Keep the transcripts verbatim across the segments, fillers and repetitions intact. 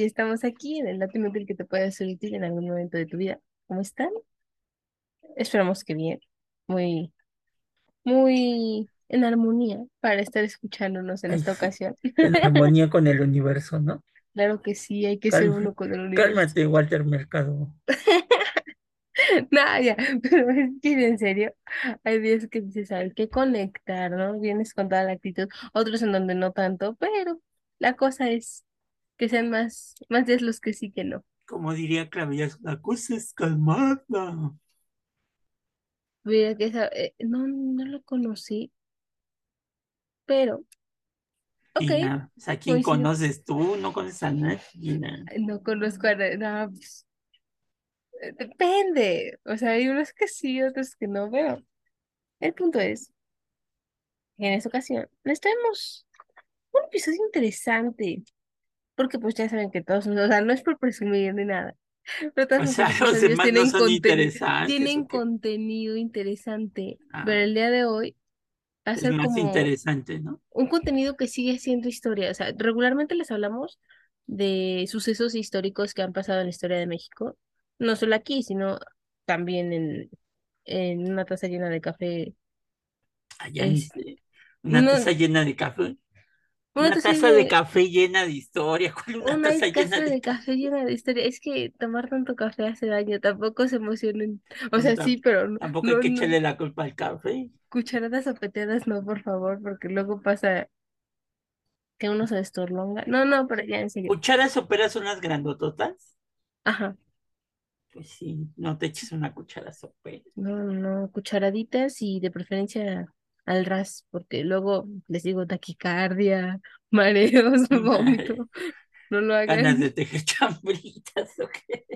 estamos aquí en el dato inútil que te puede ser útil en algún momento de tu vida. ¿Cómo están? Esperamos que bien. Muy, muy en armonía para estar escuchándonos en Ay, esta sí, ocasión. en armonía con el universo, ¿no? Claro que sí, hay que ser Calma, uno con el universo. cálmate, Walter Mercado. Nada, ya, pero es que en serio, hay días que dices, hay que conectar, ¿no? Vienes con toda la actitud, otros en donde no tanto, pero la cosa es que sean más, más días los que sí que no. Como diría Clavillas, la cosa es calmada. Mira que esa, eh, no, no lo conocí, pero, ok, Gina, o sea, ¿quién coincido. conoces tú? No conoces a nadie, Gina. No conozco a nadie, no, pues, eh, depende. O sea, hay unos que sí, otros que no, pero el punto es que en esta ocasión les traemos un episodio interesante, porque pues ya saben que todos, o sea, no es por presumir ni nada, pero todos O sea, nuestros los episodios demás no tienen son contenido, interesantes, tienen ¿o qué? contenido interesante, pero Ah, el día de hoy va a es ser más como interesante, ¿no? un contenido que sigue siendo historia. O sea, regularmente les hablamos de sucesos históricos que han pasado en la historia de México, no solo aquí, sino también en, en una taza llena de café. Allá Es, ni sé. Una taza no, llena de café. una Una taza taza de de, café llena de historia. ¿Cuál una una taza llena taza de de café? café llena de historia. Es que tomar tanto café hace daño, tampoco se emocionen. O Bueno, sea, sí, tam- pero no, tampoco hay no, que no. echarle la culpa al café. Cucharadas o peteadas no, por favor, porque luego pasa que uno se destorlonga. No, no, pero ya en serio. ¿Cucharas soperas son las grandototas? Ajá. Pues sí, no te eches una cuchara sopera. No, no, cucharaditas y de preferencia al ras, porque luego les digo taquicardia, mareos, vómito. No lo Ganas hagan. de tejer chambritas, ¿o qué?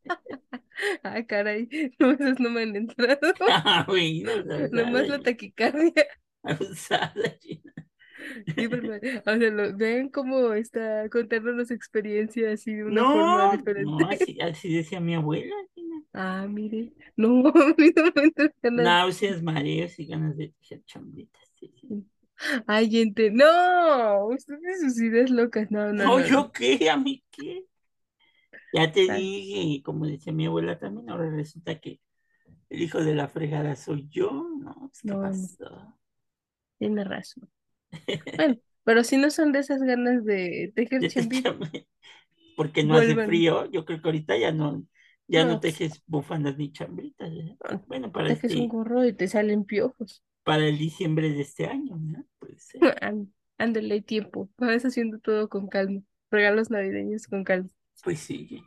Ah, caray, no, esas no me han entrado. Ah, bueno, abusada, Nomás la taquicardia. abusada. Sí, pero, o sea, lo, ven cómo está contándonos experiencias así de una forma No, no, diferente. así, así decía mi abuela. Ah, mire, no, a mí no me entran ganas. Náuseas, mareos y ganas de tejer chambritas. Sí, sí. Ay, gente, no, ustedes y sus ideas locas, no, no, No, no, no. ¿yo qué? ¿A mí qué? Ya te Ah, dije, y como decía mi abuela también, ahora resulta que el hijo de la fregada soy yo. No, pues, ¿qué no, no, pasó? tiene razón. Bueno, pero si no son de esas ganas de tejer De chambritas, techame- Porque no hace vuelvan. frío. Yo creo que ahorita ya no, ya no No, pues, tejes bufandas ni chambritas, ¿eh? no, Bueno, para tejes un este, gorro y te salen piojos. para el diciembre de este año, ¿no? Puede ser. Án- Ándale, hay tiempo. Vas haciendo todo con calma. Regalos navideños con calma. Pues sí,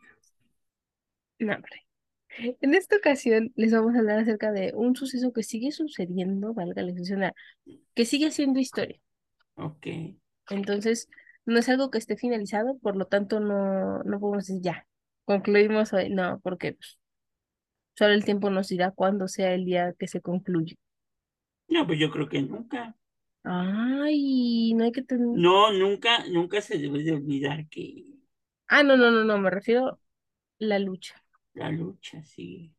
No, hombre. En esta ocasión les vamos a hablar acerca de un suceso que sigue sucediendo, valga la expresión, ah, que sigue siendo historia. ok. Entonces, no es algo que esté finalizado, por lo tanto, no, no podemos decir ya. Concluimos hoy. No, porque pues, solo el tiempo nos dirá cuándo sea el día que se concluye. No, pues yo creo que nunca. Ay, no hay que tener. No, nunca, nunca se debe de olvidar que Ah, no, no, no, no, me refiero a la lucha. la lucha sigue.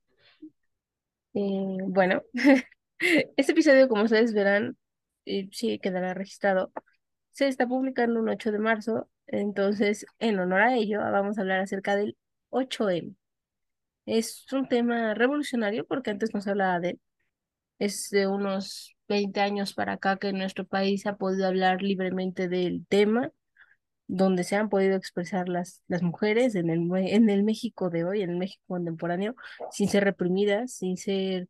Eh, bueno, este episodio, como ustedes verán, eh, sí quedará registrado. Se está publicando un ocho de marzo, entonces, en honor a ello, vamos a hablar acerca del ocho eme. Es un tema revolucionario porque antes no se hablaba de él. Es de unos veinte años para acá que en nuestro país se ha podido hablar libremente del tema, donde se han podido expresar las, las mujeres en el, mue- en el México de hoy, en el México contemporáneo, sin ser reprimidas, sin ser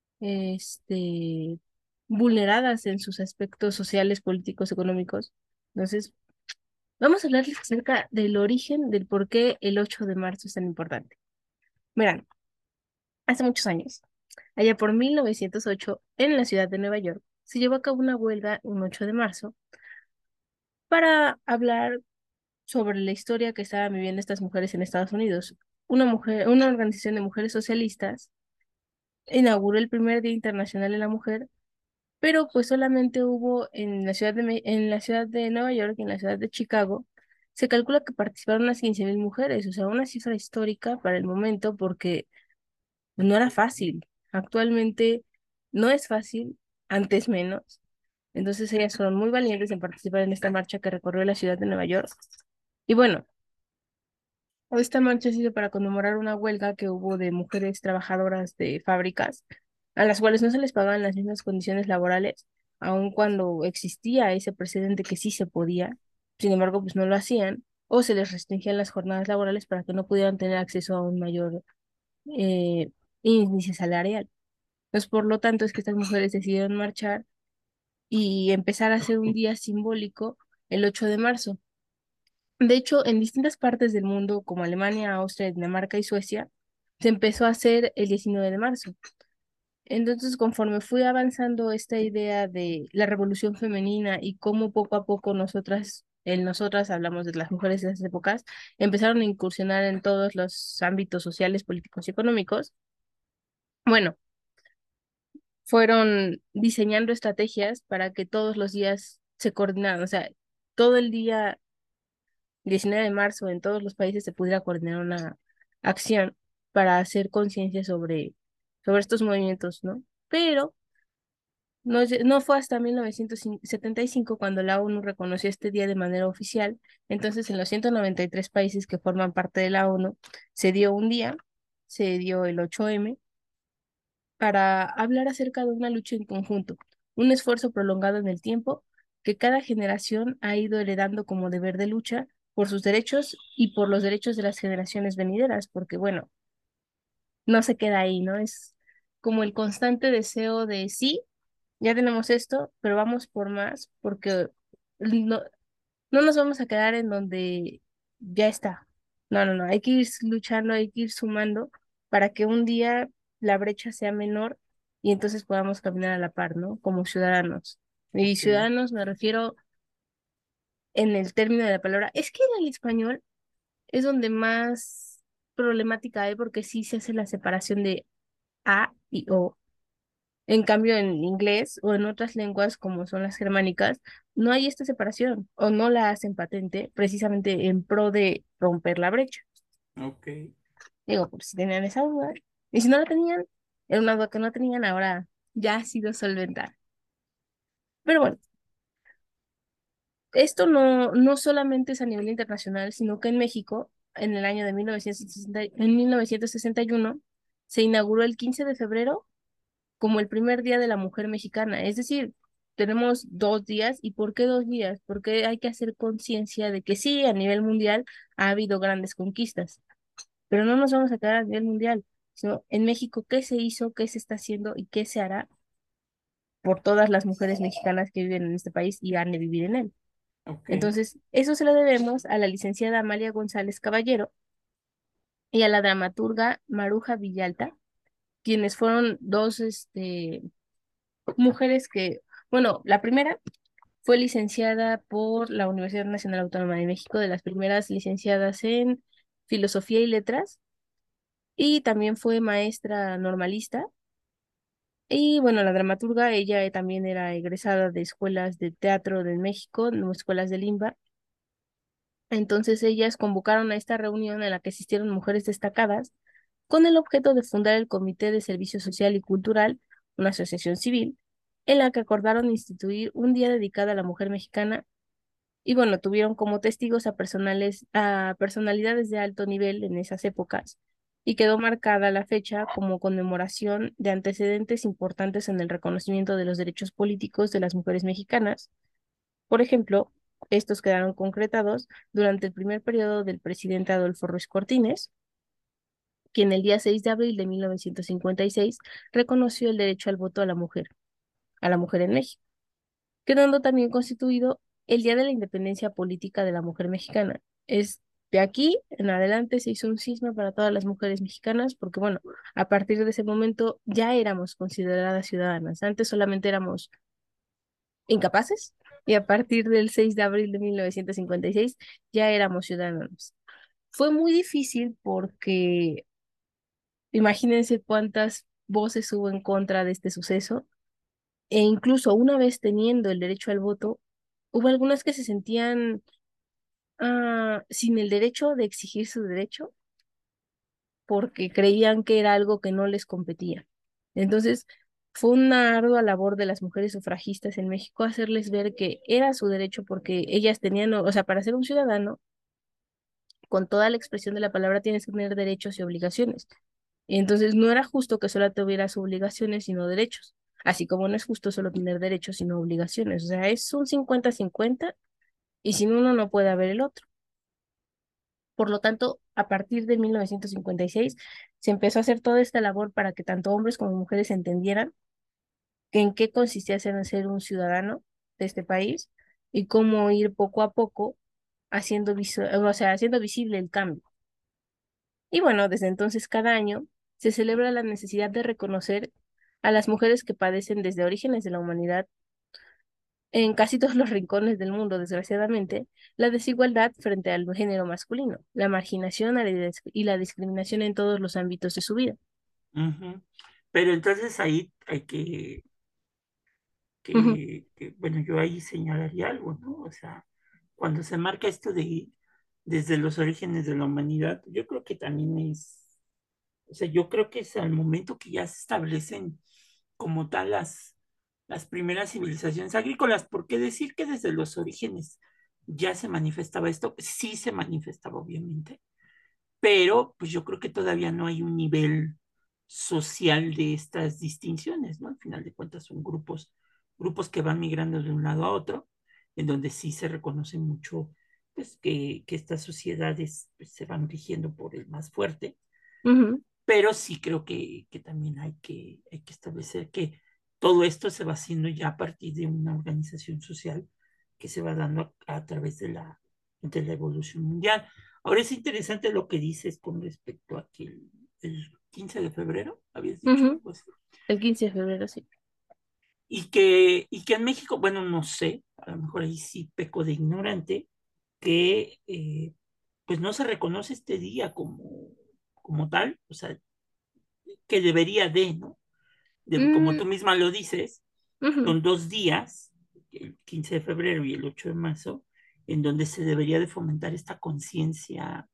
este, vulneradas en sus aspectos sociales, políticos, económicos. Entonces, vamos a hablarles acerca del origen, del por qué el ocho de marzo es tan importante. Verán, hace muchos años, allá por mil novecientos ocho, en la ciudad de Nueva York, se llevó a cabo una huelga un ocho de marzo para hablar sobre la historia que estaban viviendo estas mujeres en Estados Unidos. Una mujer, una organización de mujeres socialistas inauguró el primer Día Internacional de la Mujer, pero pues solamente hubo en la ciudad de, Me- en la ciudad de Nueva York y en la ciudad de Chicago. Se calcula que participaron unas quince mil mujeres, o sea, una cifra histórica para el momento porque no era fácil. Actualmente no es fácil, antes menos. Entonces ellas fueron muy valientes en participar en esta marcha que recorrió la ciudad de Nueva York. Y bueno, Esta marcha se hizo para conmemorar una huelga que hubo de mujeres trabajadoras de fábricas, a las cuales no se les pagaban las mismas condiciones laborales, aun cuando existía ese precedente que sí se podía. Sin embargo, pues no lo hacían, o se les restringían las jornadas laborales para que no pudieran tener acceso a un mayor eh, índice salarial. Entonces, por lo tanto, es que estas mujeres decidieron marchar y empezar a hacer un día simbólico el ocho de marzo. De hecho, en distintas partes del mundo, como Alemania, Austria, Dinamarca y Suecia, se empezó a hacer el diecinueve de marzo. Entonces, conforme fui avanzando esta idea de la revolución femenina y cómo poco a poco nosotras, en nosotras hablamos de las mujeres de esas épocas, empezaron a incursionar en todos los ámbitos sociales, políticos y económicos, bueno, fueron diseñando estrategias para que todos los días se coordinaran, o sea, todo el día diecinueve de marzo en todos los países se pudiera coordinar una acción para hacer conciencia sobre, sobre estos movimientos, ¿no? Pero no, lle- no fue hasta mil novecientos setenta y cinco cuando la ONU reconoció este día de manera oficial. Entonces, en los ciento noventa y tres países que forman parte de la ONU, se dio un día, se dio el ocho eme, para hablar acerca de una lucha en conjunto, un esfuerzo prolongado en el tiempo que cada generación ha ido heredando como deber de lucha por sus derechos y por los derechos de las generaciones venideras, porque bueno, no se queda ahí, ¿no? Es como el constante deseo de sí, ya tenemos esto, pero vamos por más, porque no, no nos vamos a quedar en donde ya está. No, no, no, hay que ir luchando, hay que ir sumando para que un día la brecha sea menor y entonces podamos caminar a la par, ¿no? Como ciudadanos. Y Ok, ciudadanos me refiero en el término de la palabra. Es que en el español es donde más problemática hay porque sí se hace la separación de A y O. En cambio, en inglés o en otras lenguas como son las germánicas, no hay esta separación o no la hacen patente precisamente en pro de romper la brecha. ok, Digo, por si tenían esa duda. Y si no la tenían, era una duda que no tenían, ahora ya ha sido solventada. Pero bueno, esto no, no solamente es a nivel internacional, sino que en México, en el año de mil novecientos sesenta, en mil novecientos sesenta y uno, se inauguró el quince de febrero como el primer día de la mujer mexicana. Es decir, tenemos dos días. ¿Y por qué dos días? Porque hay que hacer conciencia de que sí, a nivel mundial ha habido grandes conquistas, pero no nos vamos a quedar a nivel mundial, sino en México, ¿qué se hizo, qué se está haciendo y qué se hará por todas las mujeres mexicanas que viven en este país y han de vivir en él? ok, Entonces, eso se lo debemos a la licenciada Amalia González Caballero y a la dramaturga Maruja Villalta, quienes fueron dos, este, mujeres que, bueno, la primera fue licenciada por la Universidad Nacional Autónoma de México, de las primeras licenciadas en Filosofía y Letras, y también fue maestra normalista. Y bueno, la dramaturga, ella eh, también era egresada de escuelas de teatro de México, no escuelas de Limba. Entonces ellas convocaron a esta reunión en la que asistieron mujeres destacadas con el objeto de fundar el Comité de Servicio Social y Cultural, una asociación civil, en la que acordaron instituir un día dedicado a la mujer mexicana. Y bueno, tuvieron como testigos a personales, a personalidades de alto nivel en esas épocas, y quedó marcada la fecha como conmemoración de antecedentes importantes en el reconocimiento de los derechos políticos de las mujeres mexicanas. Por ejemplo, estos quedaron concretados durante el primer periodo del presidente Adolfo Ruiz Cortines, quien el día seis de abril de mil novecientos cincuenta y seis reconoció el derecho al voto a la mujer, a la mujer en México, quedando también constituido el Día de la Independencia Política de la Mujer Mexicana. Es de aquí en adelante se hizo un cisma para todas las mujeres mexicanas, porque bueno, a partir de ese momento ya éramos consideradas ciudadanas. Antes solamente éramos incapaces y a partir del seis de abril de mil novecientos cincuenta y seis ya éramos ciudadanos. Fue muy difícil porque imagínense cuántas voces hubo en contra de este suceso e incluso una vez teniendo el derecho al voto, hubo algunas que se sentían ah, sin el derecho de exigir su derecho porque creían que era algo que no les competía. Entonces, fue una ardua labor de las mujeres sufragistas en México hacerles ver que era su derecho porque ellas tenían, o sea, para ser un ciudadano, con toda la expresión de la palabra tienes que tener derechos y obligaciones. Y entonces no era justo que solo tuvieras obligaciones sino derechos, así como no es justo solo tener derechos sino obligaciones. O sea, es un cincuenta-cincuenta y sin uno no puede haber el otro. Por lo tanto, a partir de mil novecientos cincuenta y seis se empezó a hacer toda esta labor para que tanto hombres como mujeres entendieran que en qué consistía ser, ser un ciudadano de este país y cómo ir poco a poco haciendo, visu- o sea, haciendo visible el cambio. Y bueno, desde entonces cada año se celebra la necesidad de reconocer a las mujeres que padecen desde orígenes de la humanidad en casi todos los rincones del mundo, desgraciadamente, la desigualdad frente al género masculino, la marginación a la dis- y la discriminación en todos los ámbitos de su vida. Ujú. Pero entonces ahí hay que, Ujú, que, que, bueno, yo ahí señalaría algo, ¿no? O sea, cuando se marca esto de desde los orígenes de la humanidad, yo creo que también es, o sea, yo creo que es al momento que ya se establecen como tal las, las primeras civilizaciones agrícolas, porque decir que desde los orígenes ya se manifestaba esto, sí se manifestaba obviamente, pero pues yo creo que todavía no hay un nivel social de estas distinciones, ¿no? Al final de cuentas son grupos, grupos que van migrando de un lado a otro, en donde sí se reconoce mucho, pues, que, que estas sociedades pues, se van rigiendo por el más fuerte, ujú, pero sí creo que, que también hay que, hay que establecer que todo esto se va haciendo ya a partir de una organización social que se va dando a, a través de la, de la evolución mundial. Ahora es interesante lo que dices con respecto a que el, el quince de febrero, habías dicho ujú. algo así, El quince de febrero, sí. y que, y que en México, bueno, no sé, a lo mejor ahí sí peco de ignorante, que eh, pues no se reconoce este día como, como tal, o sea, que debería de, ¿no? De, como Mm, tú misma lo dices, ujú. son dos días, el quince de febrero y el ocho de marzo, en donde se debería de fomentar esta conciencia,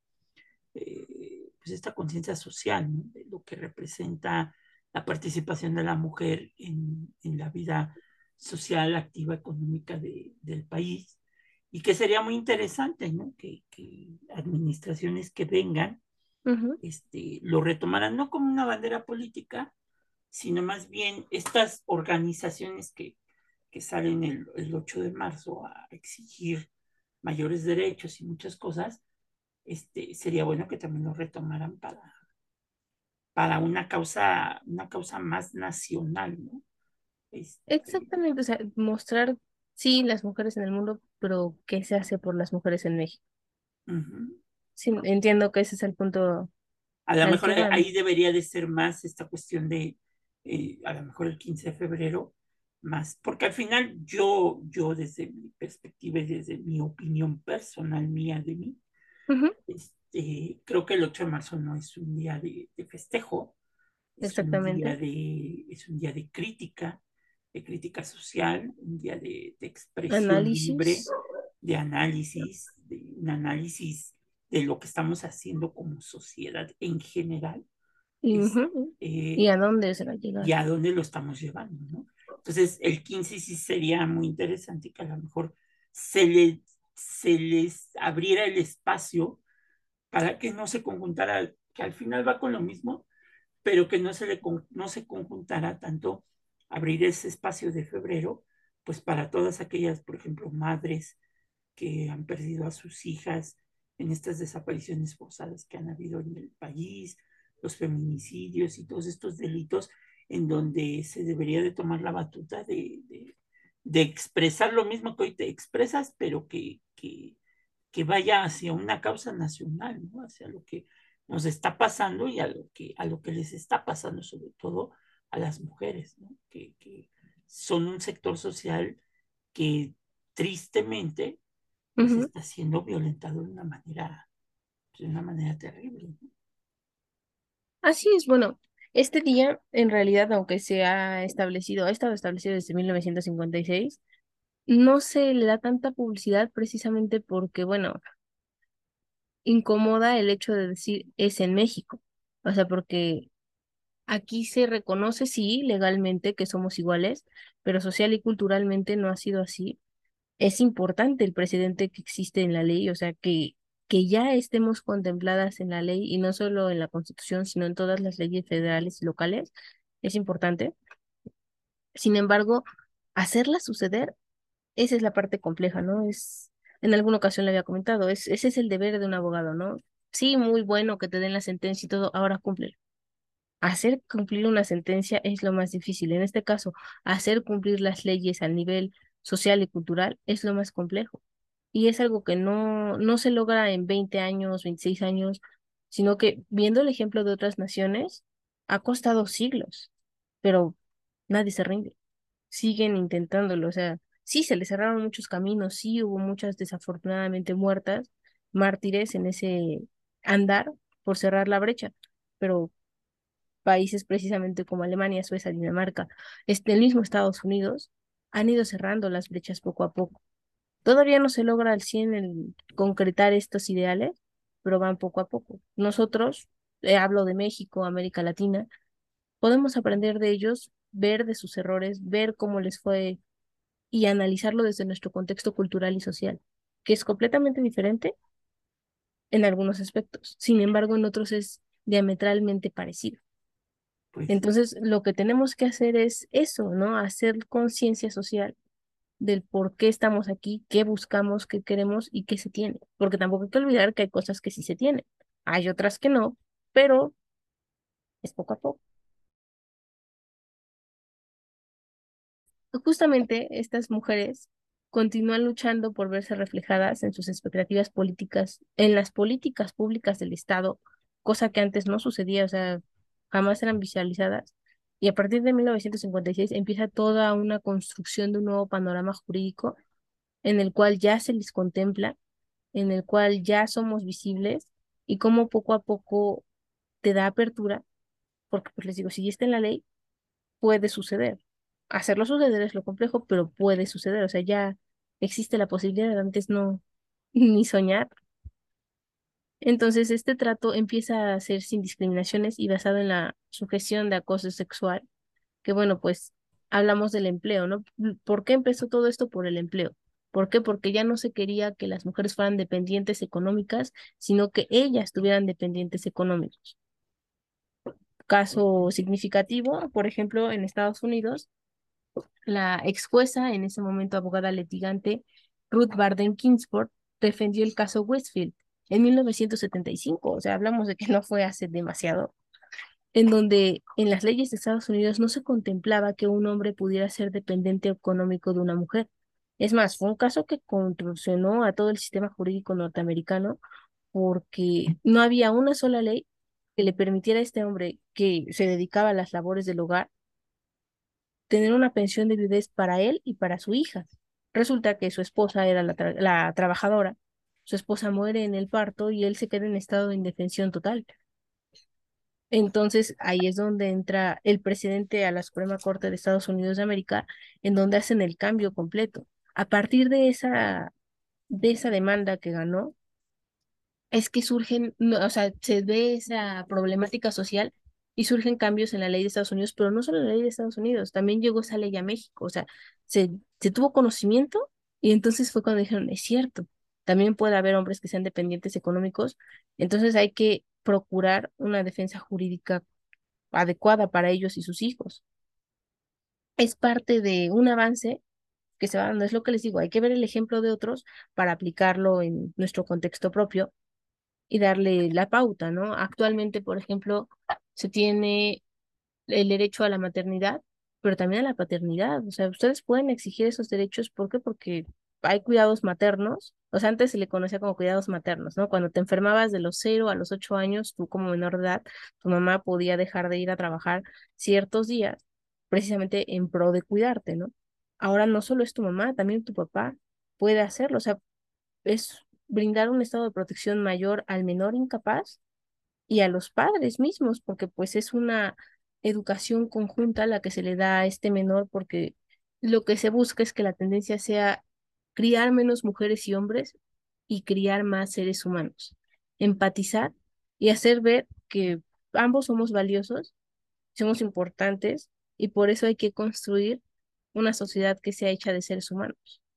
eh, pues esta conciencia social, ¿no? De lo que representa la participación de la mujer en, en la vida social, activa, económica de, del país, y que sería muy interesante, ¿no? Que, que administraciones que vengan Ujú, este, lo retomaran no como una bandera política, sino más bien estas organizaciones que, que salen el, el ocho de marzo a exigir mayores derechos y muchas cosas, este, sería bueno que también lo retomaran para, para una causa, una causa más nacional, ¿no? Este, exactamente, o sea, mostrar, sí, las mujeres en el mundo, pero ¿qué se hace por las mujeres en México? uh-huh. Sí, entiendo que ese es el punto A lo al mejor que van. ahí debería de ser más esta cuestión de, eh, a lo mejor el quince de febrero, más, porque al final yo, yo desde mi perspectiva y desde mi opinión personal mía de mí, Ujú, este, creo que el ocho de marzo no es un día de, de festejo, es un día exactamente. de, es un día de crítica, de crítica social, un día de, de expresión libre, Análisis. de análisis, de un análisis de lo que estamos haciendo como sociedad en general, Y, es, ujú, ¿y eh, a dónde se va a y llegar? a dónde lo estamos llevando, ¿no? Entonces, el quince sí sería muy interesante que a lo mejor se, le, se les abriera el espacio para que no se conjuntara, que al final va con lo mismo, pero que no se, le, no se conjuntara tanto abrir ese espacio de febrero, pues para todas aquellas, por ejemplo, madres que han perdido a sus hijas en estas desapariciones forzadas que han habido en el país, los feminicidios y todos estos delitos en donde se debería de tomar la batuta de, de, de expresar lo mismo que hoy te expresas, pero que, que, que vaya hacia una causa nacional, ¿no? Hacia lo que nos está pasando y a lo que, a lo que les está pasando, sobre todo a las mujeres, ¿no? Que, que son un sector social que tristemente pues Ujú. está siendo violentado de una manera, de una manera terrible, ¿no? Así es, bueno, este día en realidad, aunque se ha establecido, ha estado establecido desde mil novecientos cincuenta y seis, no se le da tanta publicidad precisamente porque, bueno, incomoda el hecho de decir es en México. O sea, porque aquí se reconoce, sí, legalmente que somos iguales, pero social y culturalmente no ha sido así. Es importante el precedente que existe en la ley, o sea, que que ya estemos contempladas en la ley y no solo en la Constitución, sino en todas las leyes federales y locales, es importante. Sin embargo, hacerla suceder, esa es la parte compleja, ¿no? Es, en alguna ocasión le había comentado, es, ese es el deber de un abogado, ¿no? Sí, muy bueno que te den la sentencia y todo, ahora cumple. Hacer cumplir una sentencia es lo más difícil. En este caso, hacer cumplir las leyes al nivel social y cultural es lo más complejo. Y es algo que no, no se logra en veinte años, veintiséis años, sino que viendo el ejemplo de otras naciones, ha costado siglos, pero nadie se rinde. Siguen intentándolo. O sea, sí, se les cerraron muchos caminos, sí hubo muchas desafortunadamente muertas, mártires en ese andar por cerrar la brecha, pero países precisamente como Alemania, Suecia, Dinamarca, este, el mismo Estados Unidos, han ido cerrando las brechas poco a poco. Todavía no se logra al cien el concretar estos ideales, pero van poco a poco. Nosotros, eh, hablo de México, América Latina, podemos aprender de ellos, ver de sus errores, ver cómo les fue y analizarlo desde nuestro contexto cultural y social, que es completamente diferente en algunos aspectos. Sin embargo, en otros es diametralmente parecido. Pues sí, Entonces, lo que tenemos que hacer es eso, ¿no? Hacer conciencia social del por qué estamos aquí, qué buscamos, qué queremos y qué se tiene. Porque tampoco hay que olvidar que hay cosas que sí se tienen. Hay otras que no, pero es poco a poco. Justamente estas mujeres continúan luchando por verse reflejadas en sus expectativas políticas, en las políticas públicas del Estado, cosa que antes no sucedía, o sea, jamás eran visualizadas. Y a partir de mil novecientos cincuenta y seis empieza toda una construcción de un nuevo panorama jurídico en el cual ya se les contempla, en el cual ya somos visibles y cómo poco a poco te da apertura, porque pues les digo, si ya está en la ley, puede suceder. Hacerlo suceder es lo complejo, pero puede suceder. O sea, ya existe la posibilidad, antes no, ni soñar. Entonces, este trato empieza a ser sin discriminaciones y basado en la sujeción de acoso sexual, que bueno, pues hablamos del empleo, ¿no? ¿Por qué empezó todo esto? Por el empleo. ¿Por qué? Porque ya no se quería que las mujeres fueran dependientes económicas, sino que ellas tuvieran dependientes económicos. Caso significativo, por ejemplo, en Estados Unidos, la ex jueza, en ese momento abogada litigante, Ruth Bader Ginsburg, defendió el caso Westfield en mil novecientos setenta y cinco, o sea, hablamos de que no fue hace demasiado, en donde en las leyes de Estados Unidos no se contemplaba que un hombre pudiera ser dependiente económico de una mujer. Es más, fue un caso que contorsionó a todo el sistema jurídico norteamericano porque no había una sola ley que le permitiera a este hombre que se dedicaba a las labores del hogar tener una pensión de viudez para él y para su hija. Resulta que su esposa era la, tra- la trabajadora, su esposa muere en el parto y él se queda en estado de indefensión total. Entonces ahí es donde entra el presidente a la Suprema Corte de Estados Unidos de América, en donde hacen el cambio completo. A partir de esa, de esa demanda que ganó, es que surgen, no, o sea, se ve esa problemática social y surgen cambios en la ley de Estados Unidos, pero no solo en la ley de Estados Unidos, también llegó esa ley a México, o sea, se, se tuvo conocimiento y entonces fue cuando dijeron, es cierto, también puede haber hombres que sean dependientes económicos, entonces hay que procurar una defensa jurídica adecuada para ellos y sus hijos. Es parte de un avance que se va dando, es lo que les digo, hay que ver el ejemplo de otros para aplicarlo en nuestro contexto propio y darle la pauta, ¿no? Actualmente, por ejemplo, se tiene el derecho a la maternidad, pero también a la paternidad. O sea, ustedes pueden exigir esos derechos, ¿por qué? Porque hay cuidados maternos. O sea, antes se le conocía como cuidados maternos, ¿no? Cuando te enfermabas de los cero a los ocho años, tú como menor de edad, tu mamá podía dejar de ir a trabajar ciertos días, precisamente en pro de cuidarte, ¿no? Ahora no solo es tu mamá, también tu papá puede hacerlo. O sea, es brindar un estado de protección mayor al menor incapaz y a los padres mismos, porque pues es una educación conjunta la que se le da a este menor, porque lo que se busca es que la tendencia sea criar menos mujeres y hombres y criar más seres humanos, empatizar y hacer ver que ambos somos valiosos, somos importantes y por eso hay que construir una sociedad que sea hecha de seres humanos.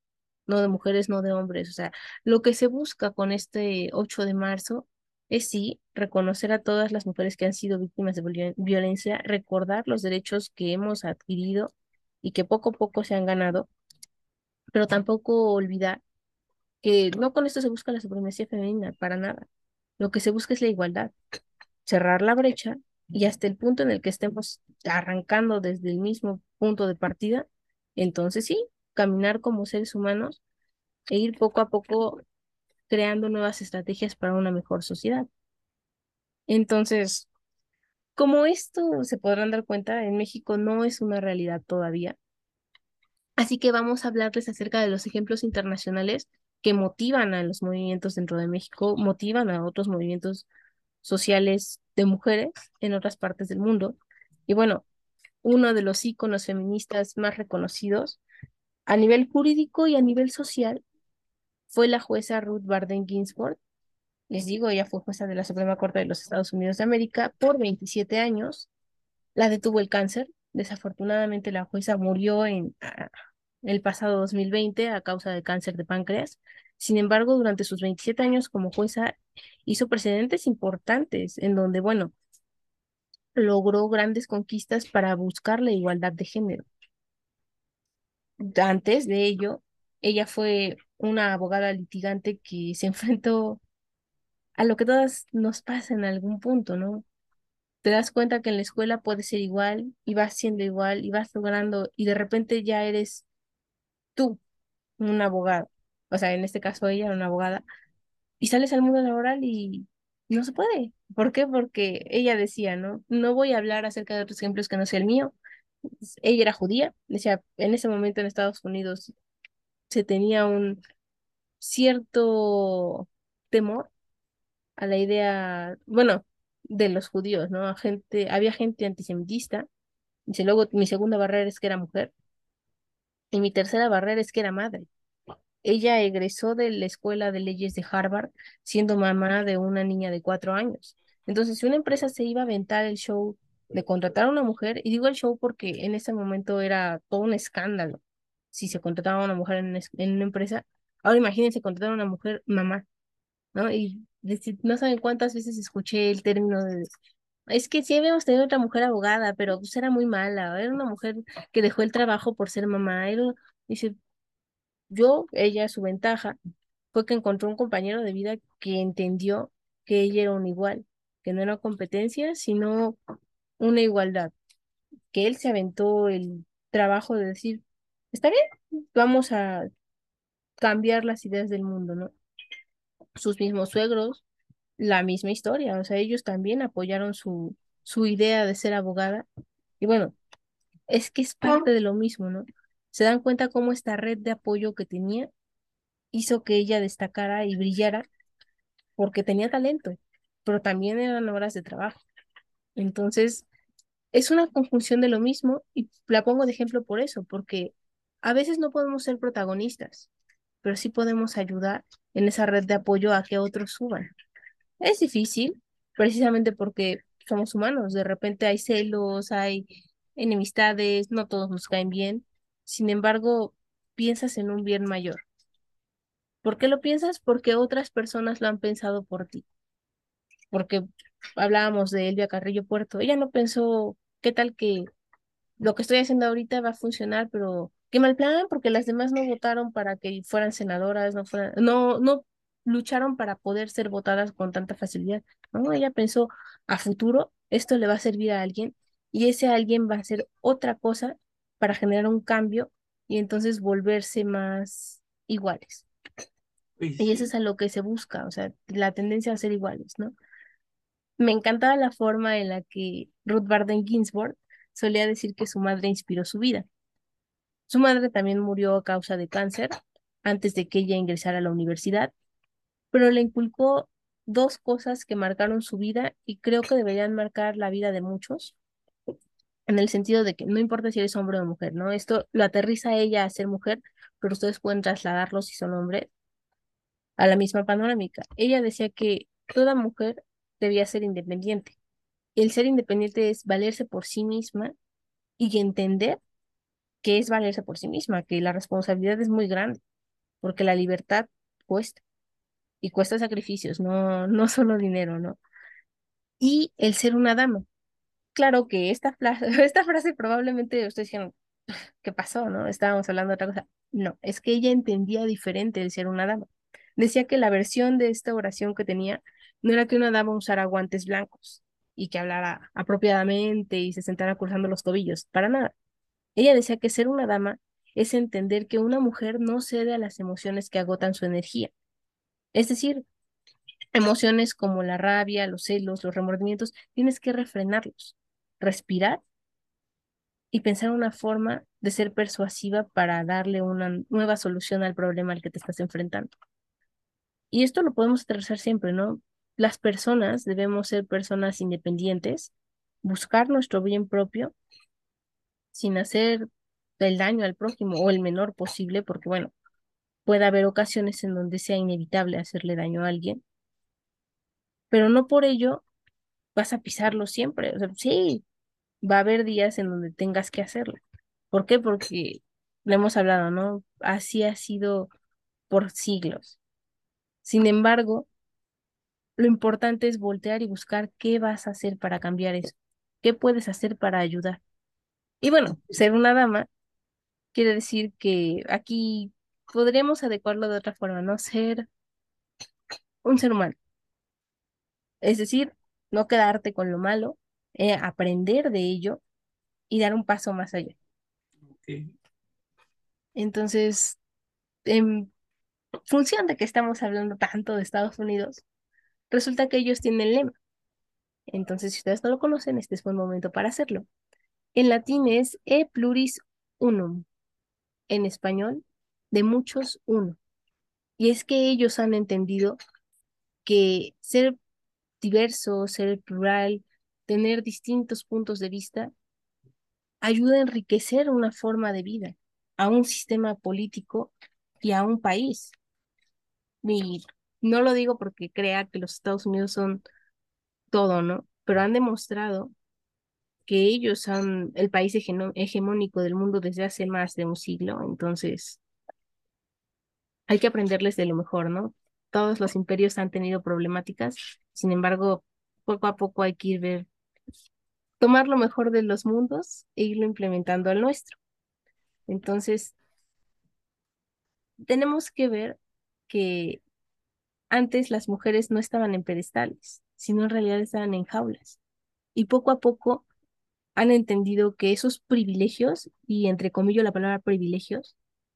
no de mujeres, no de hombres. O sea, lo que se busca con este ocho de marzo es sí reconocer a todas las mujeres que han sido víctimas de violen- violencia, recordar los derechos que hemos adquirido y que poco a poco se han ganado, pero tampoco olvidar que no con esto se busca la supremacía femenina, para nada. Lo que se busca es la igualdad, cerrar la brecha y hasta el punto en el que estemos arrancando desde el mismo punto de partida, entonces sí, caminar como seres humanos e ir poco a poco creando nuevas estrategias para una mejor sociedad. Entonces, como esto se podrán dar cuenta, en México no es una realidad todavía. Así que vamos a hablarles acerca de los ejemplos internacionales que motivan a los movimientos dentro de México, motivan a otros movimientos sociales de mujeres en otras partes del mundo. Y bueno, uno de los íconos feministas más reconocidos a nivel jurídico y a nivel social fue la jueza Ruth Bader Ginsburg. Les digo, ella fue jueza de la Suprema Corte de los Estados Unidos de América por veintisiete años. La detuvo el cáncer. Desafortunadamente, la jueza murió en ah, el pasado dos mil veinte a causa de cáncer de páncreas. Sin embargo, durante sus veintisiete años como jueza, hizo precedentes importantes en donde, bueno, logró grandes conquistas para buscar la igualdad de género. Antes de ello, ella fue una abogada litigante que se enfrentó a lo que todas nos pasa en algún punto, ¿no? Te das cuenta que en la escuela puede ser igual y vas siendo igual y vas logrando y de repente ya eres tú un abogado. O sea, en este caso ella era una abogada y sales al mundo laboral y no se puede. ¿Por qué? Porque ella decía, ¿no? No voy a hablar acerca de otros ejemplos que no sea el mío. Ella era judía, decía, en ese momento en Estados Unidos se tenía un cierto temor a la idea, bueno, de los judíos, ¿no? Gente, había gente antisemitista. Dice, luego mi segunda barrera es que era mujer y mi tercera barrera es que era madre. Ella egresó de la Escuela de Leyes de Harvard siendo mamá de una niña de cuatro años. Entonces, si una empresa se iba a aventar el show de contratar a una mujer, y digo el show porque en ese momento era todo un escándalo si se contrataba a una mujer en, es- en una empresa, ahora imagínense contratar a una mujer mamá, ¿no? Y decir, no saben cuántas veces escuché el término de, es que sí habíamos tenido otra mujer abogada, pero pues era muy mala, era una mujer que dejó el trabajo por ser mamá, era, dice, yo, ella, su ventaja fue que encontró un compañero de vida que entendió que ella era un igual, que no era competencia, sino una igualdad, que él se aventó el trabajo de decir, está bien, vamos a cambiar las ideas del mundo, ¿no? Sus mismos suegros, la misma historia, o sea, ellos también apoyaron su, su idea de ser abogada. Y bueno, es que es parte de lo mismo, ¿no? Se dan cuenta cómo esta red de apoyo que tenía hizo que ella destacara y brillara porque tenía talento, pero también eran horas de trabajo. Entonces, es una conjunción de lo mismo y la pongo de ejemplo por eso, porque a veces no podemos ser protagonistas, pero sí podemos ayudar en esa red de apoyo a que otros suban. Es difícil, precisamente porque somos humanos, de repente hay celos, hay enemistades, no todos nos caen bien. Sin embargo, piensas en un bien mayor. ¿Por qué lo piensas? Porque otras personas lo han pensado por ti. Porque hablábamos de Elvia Carrillo Puerto. Ella no pensó, ¿qué tal que lo que estoy haciendo ahorita va a funcionar? Pero qué mal plan, porque las demás no votaron para que fueran senadoras, no fueran, no, no lucharon para poder ser votadas con tanta facilidad. No, ella pensó a futuro, esto le va a servir a alguien y ese alguien va a hacer otra cosa para generar un cambio y entonces volverse más iguales. Pues Y eso es sí, a lo que se busca, o sea, la tendencia a ser iguales, ¿no? Me encantaba la forma en la que Ruth Bader Ginsburg solía decir que su madre inspiró su vida. Su madre también murió a causa de cáncer antes de que ella ingresara a la universidad, pero le inculcó dos cosas que marcaron su vida y creo que deberían marcar la vida de muchos, en el sentido de que no importa si eres hombre o mujer, ¿no? Esto lo aterriza a ella a ser mujer, pero ustedes pueden trasladarlo si son hombres a la misma panorámica. Ella decía que toda mujer debía ser independiente. El ser independiente es valerse por sí misma y entender que es valerse por sí misma, que la responsabilidad es muy grande. porque la libertad cuesta y cuesta sacrificios, no, no solo dinero, ¿no? Y el ser una dama. Claro que esta, fla- esta frase probablemente ustedes dijeron, ¿qué pasó, no? Estábamos hablando de otra cosa. No, es que ella entendía diferente el ser una dama. Decía que la versión de esta oración que tenía no era que una dama usara guantes blancos y que hablara apropiadamente y se sentara cruzando los tobillos, para nada. Ella decía que ser una dama es entender que una mujer no cede a las emociones que agotan su energía. Es decir, emociones como la rabia, los celos, los remordimientos, tienes que refrenarlos, respirar y pensar una forma de ser persuasiva para darle una nueva solución al problema al que te estás enfrentando. Y esto lo podemos aterrizar siempre, ¿no? Las personas debemos ser personas independientes, buscar nuestro bien propio sin hacer el daño al prójimo o el menor posible, porque bueno, puede haber ocasiones en donde sea inevitable hacerle daño a alguien, pero no por ello vas a pisarlo siempre. O sea, sí, va a haber días en donde tengas que hacerlo. ¿Por qué? Porque lo hemos hablado, ¿no? Así ha sido por siglos. Sin embargo, lo importante es voltear y buscar qué vas a hacer para cambiar eso. ¿Qué puedes hacer para ayudar? Y bueno, ser una dama quiere decir que aquí podríamos adecuarlo de otra forma, ¿no? Ser un ser humano. Es decir, no quedarte con lo malo, eh, aprender de ello y dar un paso más allá. Ok. Entonces, en función de que estamos hablando tanto de Estados Unidos, resulta que ellos tienen lema. Entonces, si ustedes no lo conocen, este es buen momento para hacerlo. En latín es e pluris unum. En español, de muchos uno. Y es que ellos han entendido que ser diverso, ser plural, tener distintos puntos de vista, ayuda a enriquecer una forma de vida, a un sistema político y a un país. Y no lo digo porque crea que los Estados Unidos son todo, ¿no? Pero han demostrado que ellos son el país hegeno- hegemónico del mundo desde hace más de un siglo, entonces hay que aprenderles de lo mejor, ¿no? Todos los imperios han tenido problemáticas, sin embargo, poco a poco hay que ir ver, tomar lo mejor de los mundos e irlo implementando al nuestro. Entonces, tenemos que ver que antes las mujeres no estaban en pedestales, sino en realidad estaban en jaulas. Y poco a poco han entendido que esos privilegios, y entre comillas la palabra privilegios,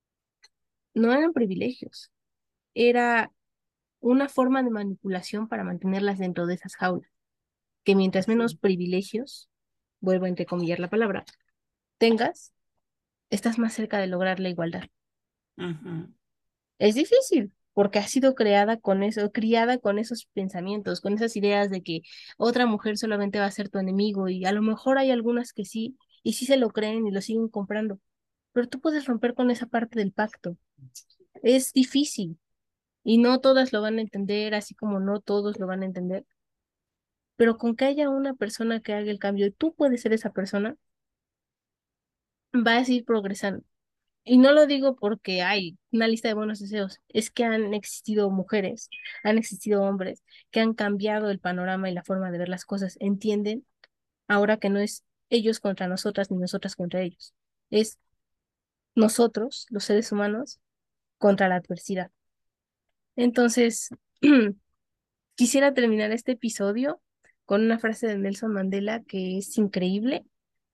no eran privilegios, era una forma de manipulación para mantenerlas dentro de esas jaulas, que mientras menos Sí. privilegios, vuelvo a entrecomillar la palabra, tengas, estás más cerca de lograr la igualdad. Ujú. Es difícil, porque ha sido creada con eso, criada con esos pensamientos, con esas ideas de que otra mujer solamente va a ser tu enemigo, y a lo mejor hay algunas que sí, y sí se lo creen y lo siguen comprando, pero tú puedes romper con esa parte del pacto. Es difícil y no todas lo van a entender, así como no todos lo van a entender, pero con que haya una persona que haga el cambio y tú puedes ser esa persona, vas a ir progresando. Y no lo digo porque hay una lista de buenos deseos, es que han existido mujeres, han existido hombres que han cambiado el panorama y la forma de ver las cosas. Entienden ahora que no es ellos contra nosotras ni nosotras contra ellos, es nosotros, los seres humanos, contra la adversidad. Entonces, quisiera terminar este episodio con una frase de Nelson Mandela que es increíble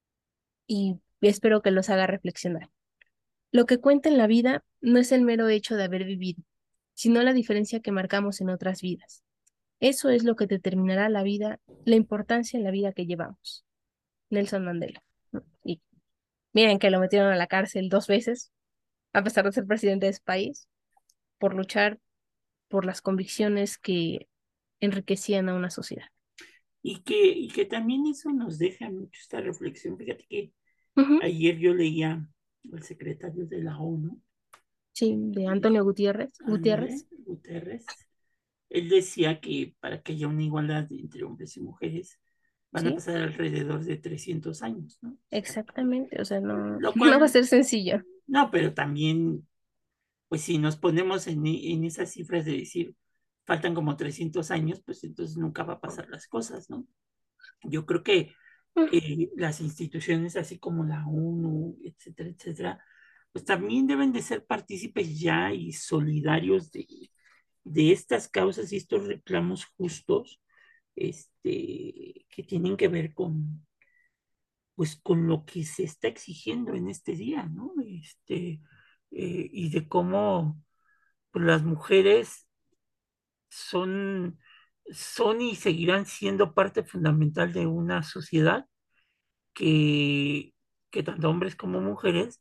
y espero que los haga reflexionar. Lo que cuenta en la vida no es el mero hecho de haber vivido, sino la diferencia que marcamos en otras vidas. Eso es lo que determinará la vida, la importancia en la vida que llevamos. Nelson Mandela. Y miren que lo metieron a la cárcel dos veces, a pesar de ser presidente de ese país, por luchar por las convicciones que enriquecían a una sociedad. Y que, y que también eso nos deja mucho esta reflexión. Fíjate que Ujú. ayer yo leía al secretario de la ONU, Sí, de eh, Antonio Gutiérrez. ándale, Gutiérrez. Guterres. Él decía que para que haya una igualdad entre hombres y mujeres van a Sí, pasar alrededor de trescientos años, ¿no? O sea, exactamente. O sea, no, lo no va a cual, ser sencillo. no, pero también pues si nos ponemos en, en esas cifras de decir, faltan como trescientos años, pues entonces nunca va a pasar las cosas, ¿no? Yo creo que Mm, eh, las instituciones así como la ONU, etcétera, etcétera, pues también deben de ser partícipes ya y solidarios de, de estas causas y estos reclamos justos, este, que tienen que ver con, pues, con lo que se está exigiendo en este día, ¿no? Este, eh, y de cómo pues, las mujeres son, son y seguirán siendo parte fundamental de una sociedad que, que tanto hombres como mujeres,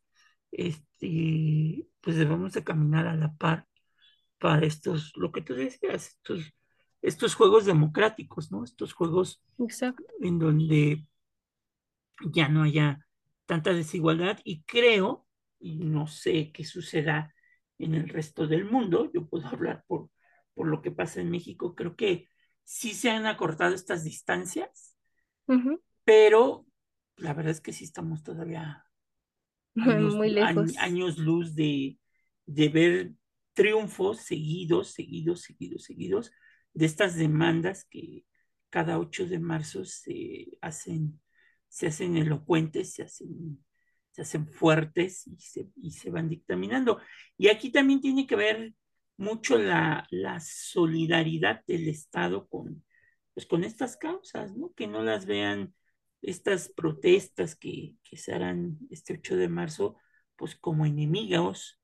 este, pues debemos de caminar a la par para estos, lo que tú decías, estos, estos juegos democráticos, ¿no? Estos juegos exacto. en donde ya no haya tanta desigualdad y creo, y no sé qué suceda en el resto del mundo, yo puedo hablar por, por lo que pasa en México, creo que sí se han acortado estas distancias, Ujú. pero la verdad es que sí estamos todavía años, Muy añ- lejos. años luz de, de ver triunfos seguidos, seguidos, seguidos, seguidos, de estas demandas que cada ocho de marzo se hacen, se hacen elocuentes, se hacen, se hacen fuertes y se, y se van dictaminando. Y aquí también tiene que ver mucho la, la solidaridad del Estado con, pues, con estas causas, ¿no? Que no las vean estas protestas que, que se harán este ocho de marzo, pues como enemigos,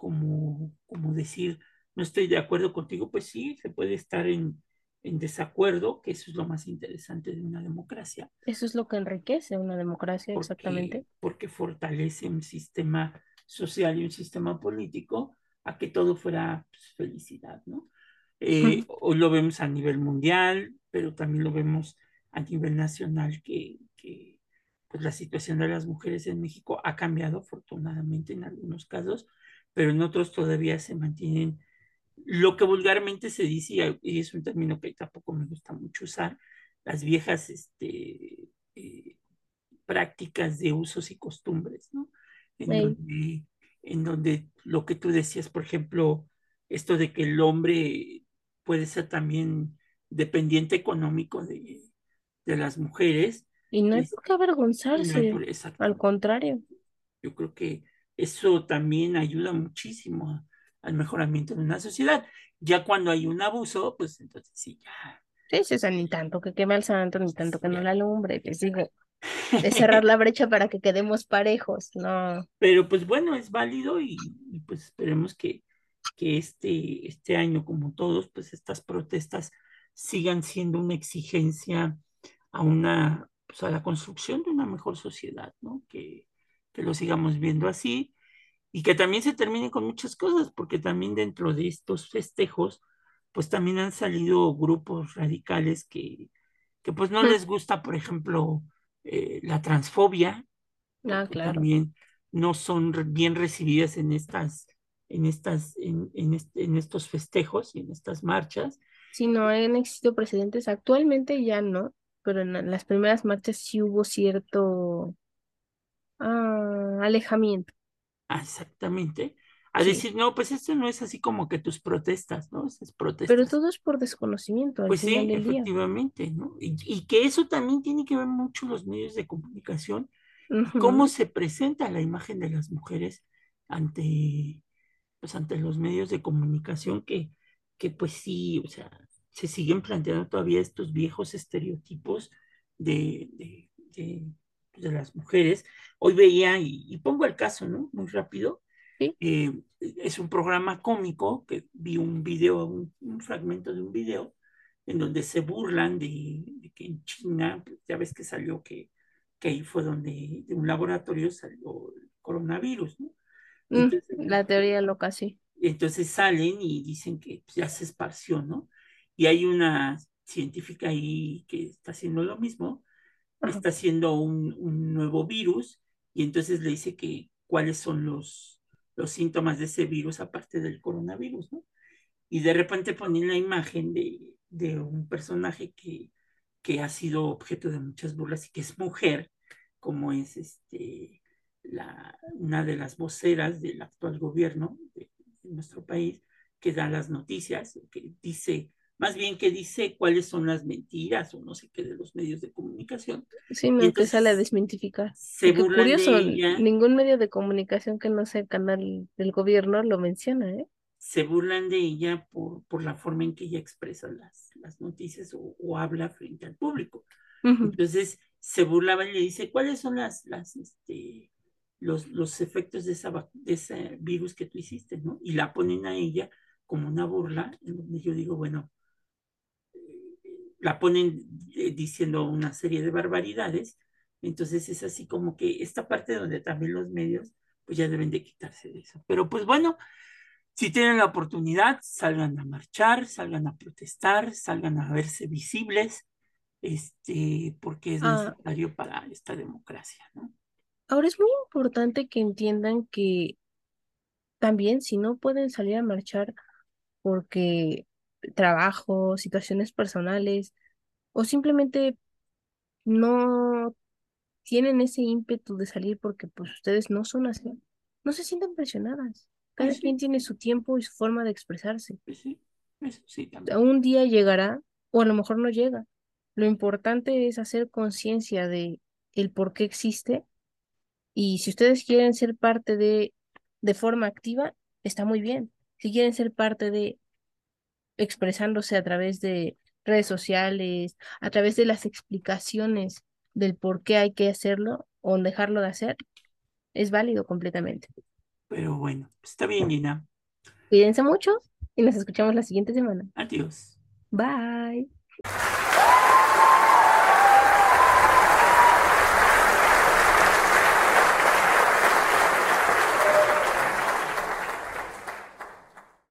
como, como decir, no estoy de acuerdo contigo, pues sí, se puede estar en, en desacuerdo, que eso es lo más interesante de una democracia, Eso es lo que enriquece una democracia, porque, exactamente. porque fortalece un sistema social y un sistema político a que todo fuera pues, felicidad, ¿no? Eh, Ujú. hoy lo vemos a nivel mundial, pero también lo vemos a nivel nacional, que, que pues, la situación de las mujeres en México ha cambiado afortunadamente en algunos casos, pero en otros todavía se mantienen lo que vulgarmente se dice, y es un término que tampoco me gusta mucho usar, las viejas este, eh, prácticas de usos y costumbres, ¿no? En Ey, donde, en donde lo que tú decías, por ejemplo, esto de que el hombre puede ser también dependiente económico de, de las mujeres, y no hay es, por qué y no hay avergonzarse, por al exactamente. contrario. Yo creo que eso también ayuda muchísimo a- al mejoramiento de una sociedad. Ya cuando hay un abuso, pues entonces sí, ya, Sí, sí, o sea, ni tanto que queme al santo, ni tanto sí, que no ya. la alumbre, les digo, es cerrar la brecha para que quedemos parejos, no. Pero pues bueno, es válido y, y, pues esperemos que, que este, este año, como todos, pues estas protestas sigan siendo una exigencia a una, pues a la construcción de una mejor sociedad, ¿no? Que, que lo sigamos viendo así y que también se termine con muchas cosas, porque también dentro de estos festejos, pues también han salido grupos radicales que, que pues no les gusta, por ejemplo, eh, la transfobia, Ah, porque claro. también no son re- bien recibidas en estas, en estas, en, en, este- en estos festejos y en estas marchas. Si no han existido precedentes, actualmente ya no, pero en la- las primeras marchas sí hubo cierto ah, alejamiento, Ah, exactamente. A sí, decir, no, pues esto no es así como que tus protestas, ¿no? Esas pero protestas. todo es por desconocimiento al Pues final sí, del día. efectivamente, ¿no? Y, y que eso también tiene que ver mucho los medios de comunicación y cómo Ujú. se presenta la imagen de las mujeres ante, pues ante los medios de comunicación que, que pues sí, o sea, se siguen planteando todavía estos viejos estereotipos de, de, de, pues, de las mujeres. Hoy veía, y, y pongo el caso, ¿no? Muy rápido, Sí. eh, es un programa cómico que vi un video, un, un fragmento de un video en donde se burlan de, de que en China, pues, ya ves que salió que, que ahí fue donde de un laboratorio salió el coronavirus, ¿no? Mm, Entonces, la teoría loca, sí. entonces salen y dicen que pues, ya se esparció, ¿no? Y hay una científica ahí que está haciendo lo mismo, Ajá. está haciendo un, un nuevo virus y entonces le dice que cuáles son los, los síntomas de ese virus aparte del coronavirus, ¿no? Y de repente ponen la imagen de, de un personaje que, que ha sido objeto de muchas burlas y que es mujer, como es este, la, una de las voceras del actual gobierno de, en nuestro país que da las noticias, que dice, más bien que dice cuáles son las mentiras o no sé qué de los medios de comunicación. Y Sino que sale a entonces desmitificar. se Porque burlan de curioso, ella, ningún medio de comunicación que no sea el canal del gobierno lo menciona, ¿eh? se burlan de ella por, por la forma en que ella expresa las, las noticias o, o habla frente al público. Ujú. Entonces se burlaba y le dice, ¿cuáles son las, las, este, los, los efectos de, esa, de ese virus que tú hiciste, ¿no? Y la ponen a ella como una burla, en donde yo digo, bueno, la ponen eh, diciendo una serie de barbaridades, entonces es así como que esta parte donde también los medios pues ya deben de quitarse de eso. Pero pues bueno, si tienen la oportunidad, salgan a marchar, salgan a protestar, salgan a verse visibles, este, porque es Ah, necesario para esta democracia, ¿no? ahora es muy importante que entiendan que también si no pueden salir a marchar porque trabajo, situaciones personales o simplemente no tienen ese ímpetu de salir porque pues ustedes no son así, no se sientan presionadas. Cada Pues quien sí, tiene su tiempo y su forma de expresarse. pues sí, eso sí A también. un día llegará o a lo mejor no llega. Lo importante es hacer conciencia de el por qué existe y si ustedes quieren ser parte de de forma activa, está muy bien. Si quieren ser parte de expresándose a través de redes sociales, a través de las explicaciones del por qué hay que hacerlo o dejarlo de hacer, es válido completamente. Pero bueno, pues está bien, Gina. Cuídense mucho y nos escuchamos la siguiente semana. Adiós. Bye.